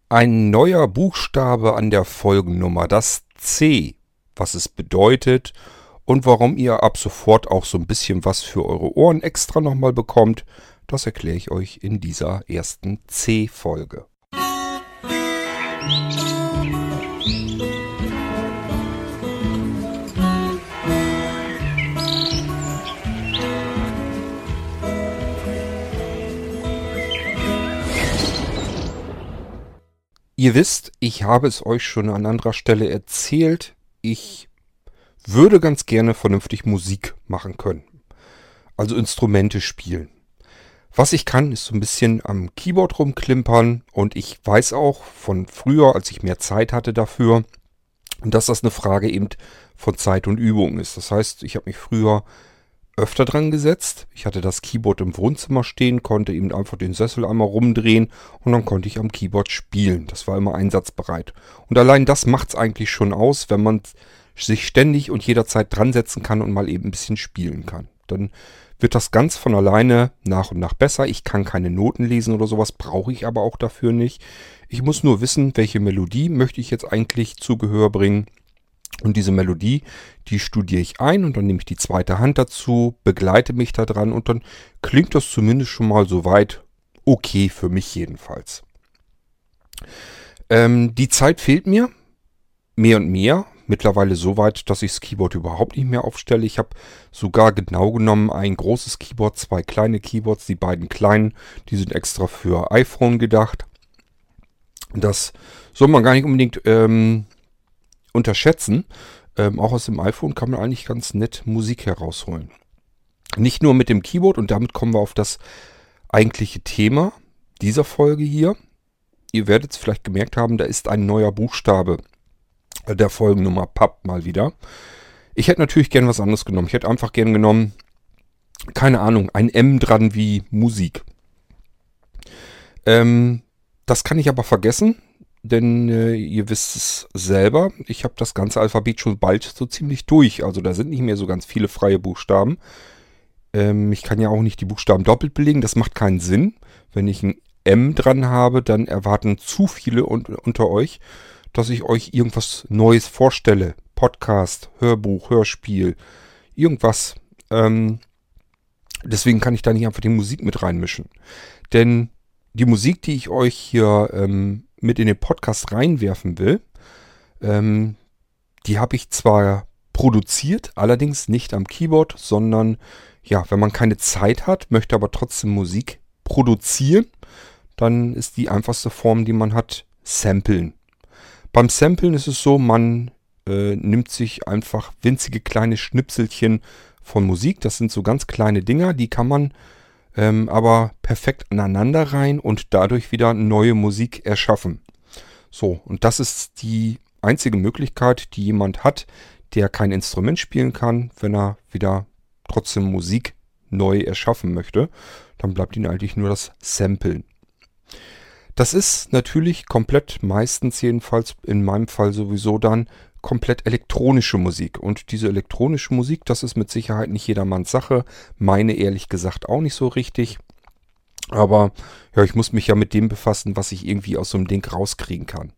Ein neuer Buchstabe an der Folgennummer, das C, was es bedeutet und warum ihr ab sofort auch so ein bisschen was für eure Ohren extra nochmal bekommt, das erkläre ich euch in dieser ersten C-Folge. Ihr wisst, ich habe es euch schon an anderer Stelle erzählt, ich würde ganz gerne vernünftig Musik machen können. Also Instrumente spielen. Was ich kann, ist so ein bisschen am Keyboard rumklimpern und ich weiß auch von früher, als ich mehr Zeit hatte dafür, dass das eine Frage eben von Zeit und Übung ist. Das heißt, ich habe mich früher öfter dran gesetzt. Ich hatte das Keyboard im Wohnzimmer stehen, konnte eben einfach den Sessel einmal rumdrehen und dann konnte ich am Keyboard spielen. Das war immer einsatzbereit. Und allein das macht's eigentlich schon aus, wenn man sich ständig und jederzeit dran setzen kann und mal eben ein bisschen spielen kann. Dann wird das ganz von alleine nach und nach besser. Ich kann keine Noten lesen oder sowas, brauche ich aber auch dafür nicht. Ich muss nur wissen, welche Melodie möchte ich jetzt eigentlich zu Gehör bringen. Und diese Melodie, die studiere ich ein und dann nehme ich die zweite Hand dazu, begleite mich da dran und dann klingt das zumindest schon mal soweit okay, für mich jedenfalls. Die Zeit fehlt mir mehr und mehr. Mittlerweile so weit, dass ich das Keyboard überhaupt nicht mehr aufstelle. Ich habe sogar genau genommen ein großes Keyboard, zwei kleine Keyboards. Die beiden kleinen, die sind extra für iPhone gedacht. Das soll man gar nicht unbedingt unterschätzen. Auch aus dem iPhone kann man eigentlich ganz nett Musik herausholen. Nicht nur mit dem Keyboard, und damit kommen wir auf das eigentliche Thema dieser Folge hier. Ihr werdet es vielleicht gemerkt haben, da ist ein neuer Buchstabe der Folgennummer PAP mal wieder. Ich hätte natürlich gern was anderes genommen. Ich hätte einfach gern genommen, keine Ahnung, ein M dran wie Musik. Das kann ich aber vergessen. Denn ihr wisst es selber, ich habe das ganze Alphabet schon bald so ziemlich durch. Also da sind nicht mehr so ganz viele freie Buchstaben. Ich kann ja auch nicht die Buchstaben doppelt belegen, das macht keinen Sinn. Wenn ich ein M dran habe, dann erwarten zu viele unter euch, dass ich euch irgendwas Neues vorstelle. Podcast, Hörbuch, Hörspiel, irgendwas. Deswegen kann ich da nicht einfach die Musik mit reinmischen. Denn die Musik, die ich euch hier mit in den Podcast reinwerfen will, die habe ich zwar produziert, allerdings nicht am Keyboard, sondern ja, wenn man keine Zeit hat, möchte aber trotzdem Musik produzieren, dann ist die einfachste Form, die man hat, Samplen. Beim Samplen ist es so, man nimmt sich einfach winzige kleine Schnipselchen von Musik, das sind so ganz kleine Dinger, die kann man aber perfekt aneinander rein und dadurch wieder neue Musik erschaffen. So, und das ist die einzige Möglichkeit, die jemand hat, der kein Instrument spielen kann, wenn er wieder trotzdem Musik neu erschaffen möchte. Dann bleibt ihm eigentlich nur das Samplen. Das ist natürlich komplett, meistens jedenfalls in meinem Fall sowieso dann, komplett elektronische Musik. Und diese elektronische Musik, das ist mit Sicherheit nicht jedermanns Sache. Meine ehrlich gesagt auch nicht so richtig. Aber ja, ich muss mich ja mit dem befassen, was ich irgendwie aus so einem Ding rauskriegen kann.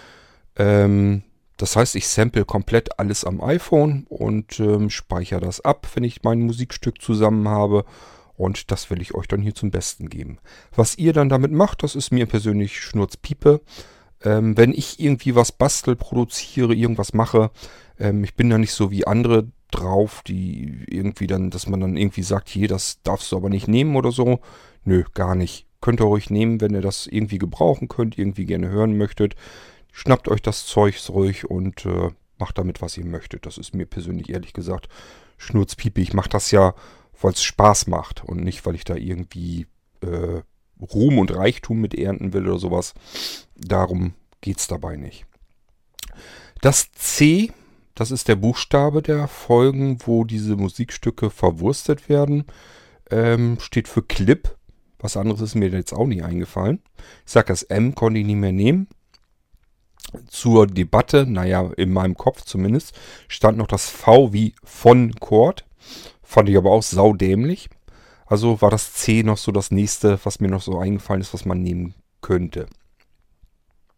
Das heißt, ich sample komplett alles am iPhone und speichere das ab, wenn ich mein Musikstück zusammen habe. Und das will ich euch dann hier zum Besten geben. Was ihr dann damit macht, das ist mir persönlich Schnurzpiepe. Wenn ich irgendwie was bastel, produziere, irgendwas mache, ich bin da nicht so wie andere drauf, die irgendwie dann, dass man dann irgendwie sagt, hier, das darfst du aber nicht nehmen oder so. Nö, gar nicht. Könnt ihr ruhig nehmen, wenn ihr das irgendwie gebrauchen könnt, irgendwie gerne hören möchtet. Schnappt euch das Zeug ruhig und macht damit, was ihr möchtet. Das ist mir persönlich ehrlich gesagt Schnurzpiepe. Ich mache das ja, weil es Spaß macht und nicht, weil ich da irgendwie Ruhm und Reichtum mit ernten will oder sowas. Darum geht's dabei nicht. Das C, das ist der Buchstabe der Folgen, wo diese Musikstücke verwurstet werden, steht für Clip. Was anderes ist mir jetzt auch nicht eingefallen. Ich sage, das M konnte ich nicht mehr nehmen. Zur Debatte, naja, in meinem Kopf zumindest, stand noch das V wie von Chord. Fand ich aber auch saudämlich. Also war das C noch so das nächste, was mir noch so eingefallen ist, was man nehmen könnte.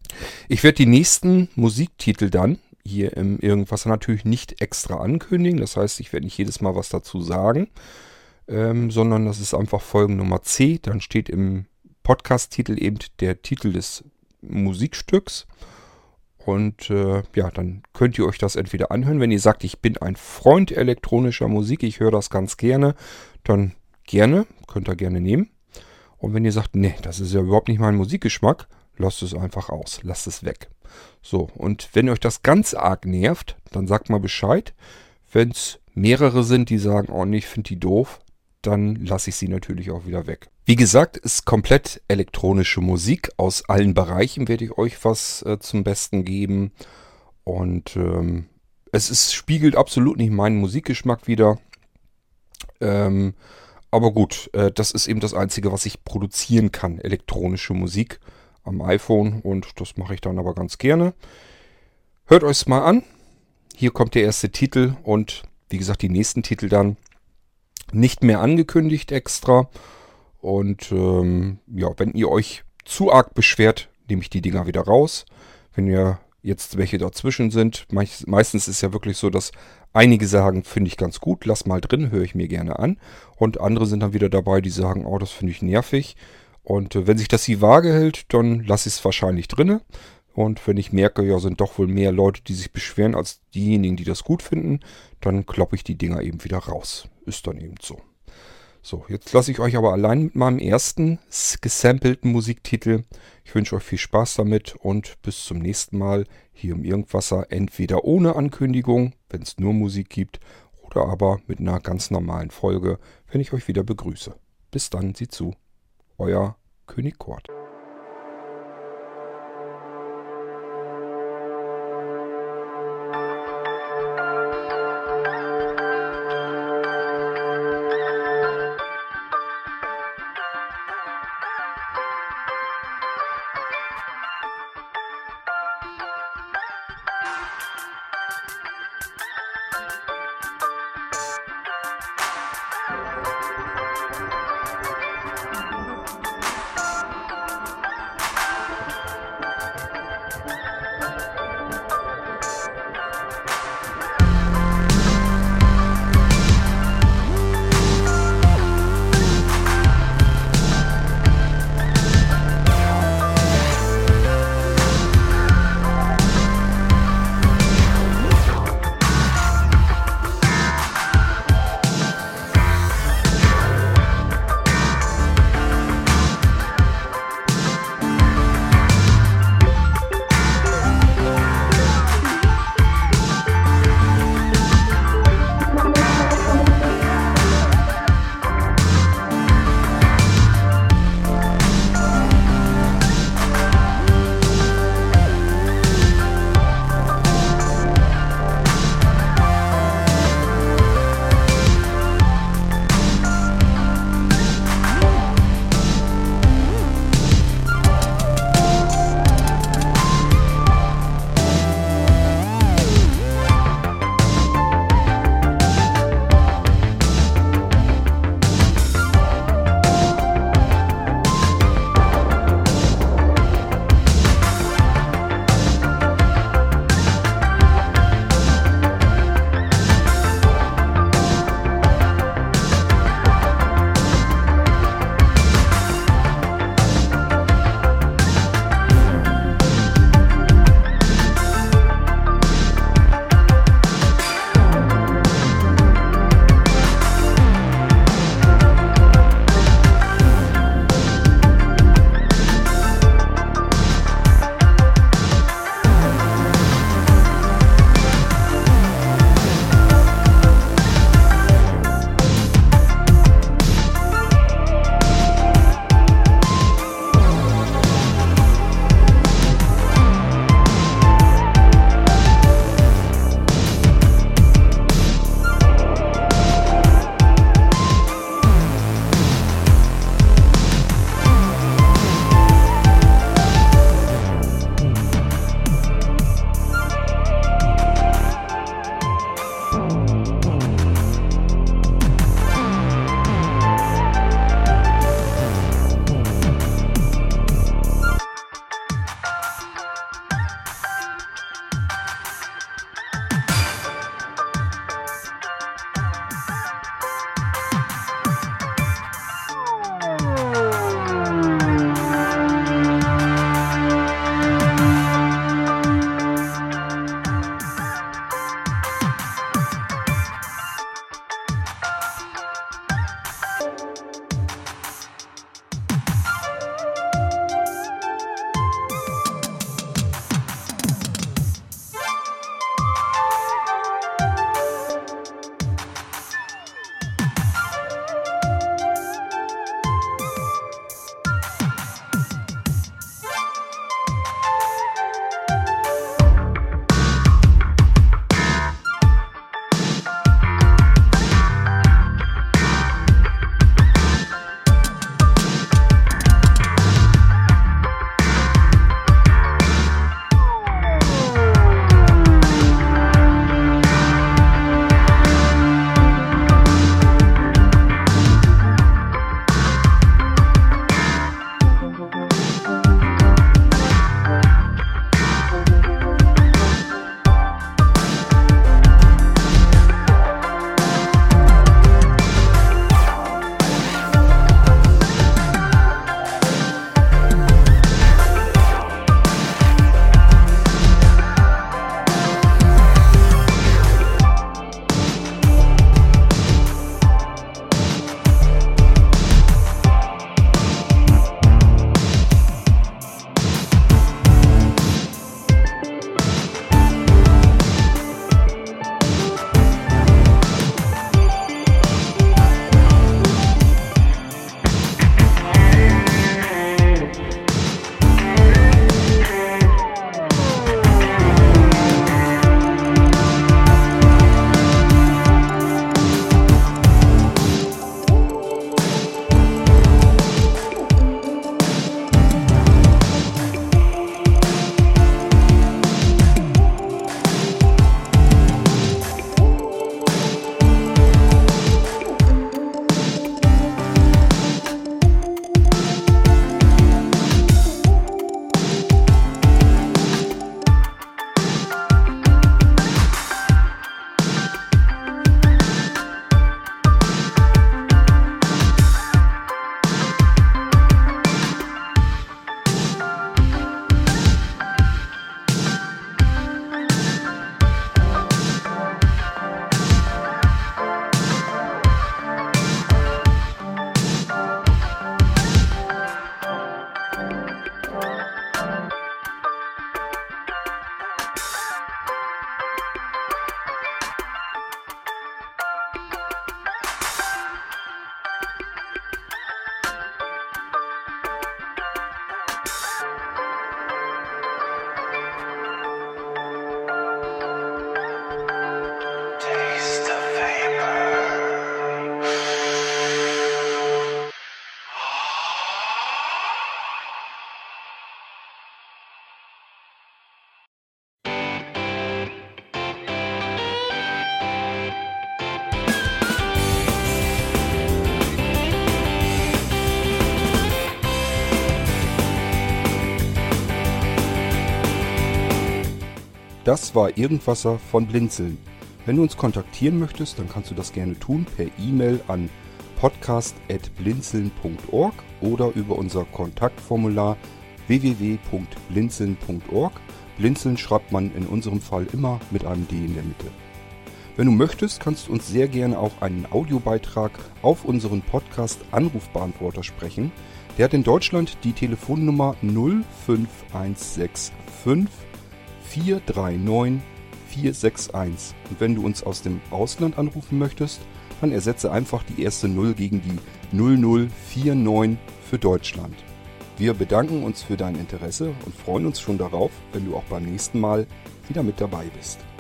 Ich werde die nächsten Musiktitel dann hier im Irgendwas natürlich nicht extra ankündigen. Das heißt, ich werde nicht jedes Mal was dazu sagen, sondern das ist einfach Folgennummer C. Dann steht im Podcast-Titel eben der Titel des Musikstücks. Und ja, dann könnt ihr euch das entweder anhören. Wenn ihr sagt, ich bin ein Freund elektronischer Musik, ich höre das ganz gerne, dann gerne, könnt ihr gerne nehmen. Und wenn ihr sagt, nee, das ist ja überhaupt nicht mein Musikgeschmack, lasst es einfach aus, lasst es weg. So, und wenn euch das ganz arg nervt, dann sagt mal Bescheid. Wenn es mehrere sind, die sagen, oh nee, ich finde die doof, dann lasse ich sie natürlich auch wieder weg. Wie gesagt, ist komplett elektronische Musik. Aus allen Bereichen werde ich euch was zum Besten geben. Und spiegelt absolut nicht meinen Musikgeschmack wider. Aber gut, das ist eben das Einzige, was ich produzieren kann. Elektronische Musik am iPhone. Und das mache ich dann aber ganz gerne. Hört euch's mal an. Hier kommt der erste Titel. Und wie gesagt, die nächsten Titel dann nicht mehr angekündigt extra. Und ja, wenn ihr euch zu arg beschwert, nehme ich die Dinger wieder raus. Wenn ihr jetzt welche dazwischen sind, meistens ist ja wirklich so, dass einige sagen, finde ich ganz gut, lass mal drin, höre ich mir gerne an. Und andere sind dann wieder dabei, die sagen, oh, das finde ich nervig. Und wenn sich das die Waage hält, dann lasse ich es wahrscheinlich drinne. Und wenn ich merke, ja, sind doch wohl mehr Leute, die sich beschweren, als diejenigen, die das gut finden, dann kloppe ich die Dinger eben wieder raus. Ist dann eben so. So, jetzt lasse ich euch aber allein mit meinem ersten gesampelten Musiktitel. Ich wünsche euch viel Spaß damit und bis zum nächsten Mal hier im Irgendwasser. Entweder ohne Ankündigung, wenn es nur Musik gibt, oder aber mit einer ganz normalen Folge, wenn ich euch wieder begrüße. Bis dann, seht zu. Euer König Kort. Das war Irgendwasser von Blinzeln. Wenn du uns kontaktieren möchtest, dann kannst du das gerne tun per E-Mail an podcast@blinzeln.org oder über unser Kontaktformular www.blinzeln.org. Blinzeln schreibt man in unserem Fall immer mit einem D in der Mitte. Wenn du möchtest, kannst du uns sehr gerne auch einen Audiobeitrag auf unseren Podcast Anrufbeantworter sprechen. Der hat in Deutschland die Telefonnummer 05165 439 461. Und wenn du uns aus dem Ausland anrufen möchtest, dann ersetze einfach die erste 0 gegen die 0049 für Deutschland. Wir bedanken uns für dein Interesse und freuen uns schon darauf, wenn du auch beim nächsten Mal wieder mit dabei bist.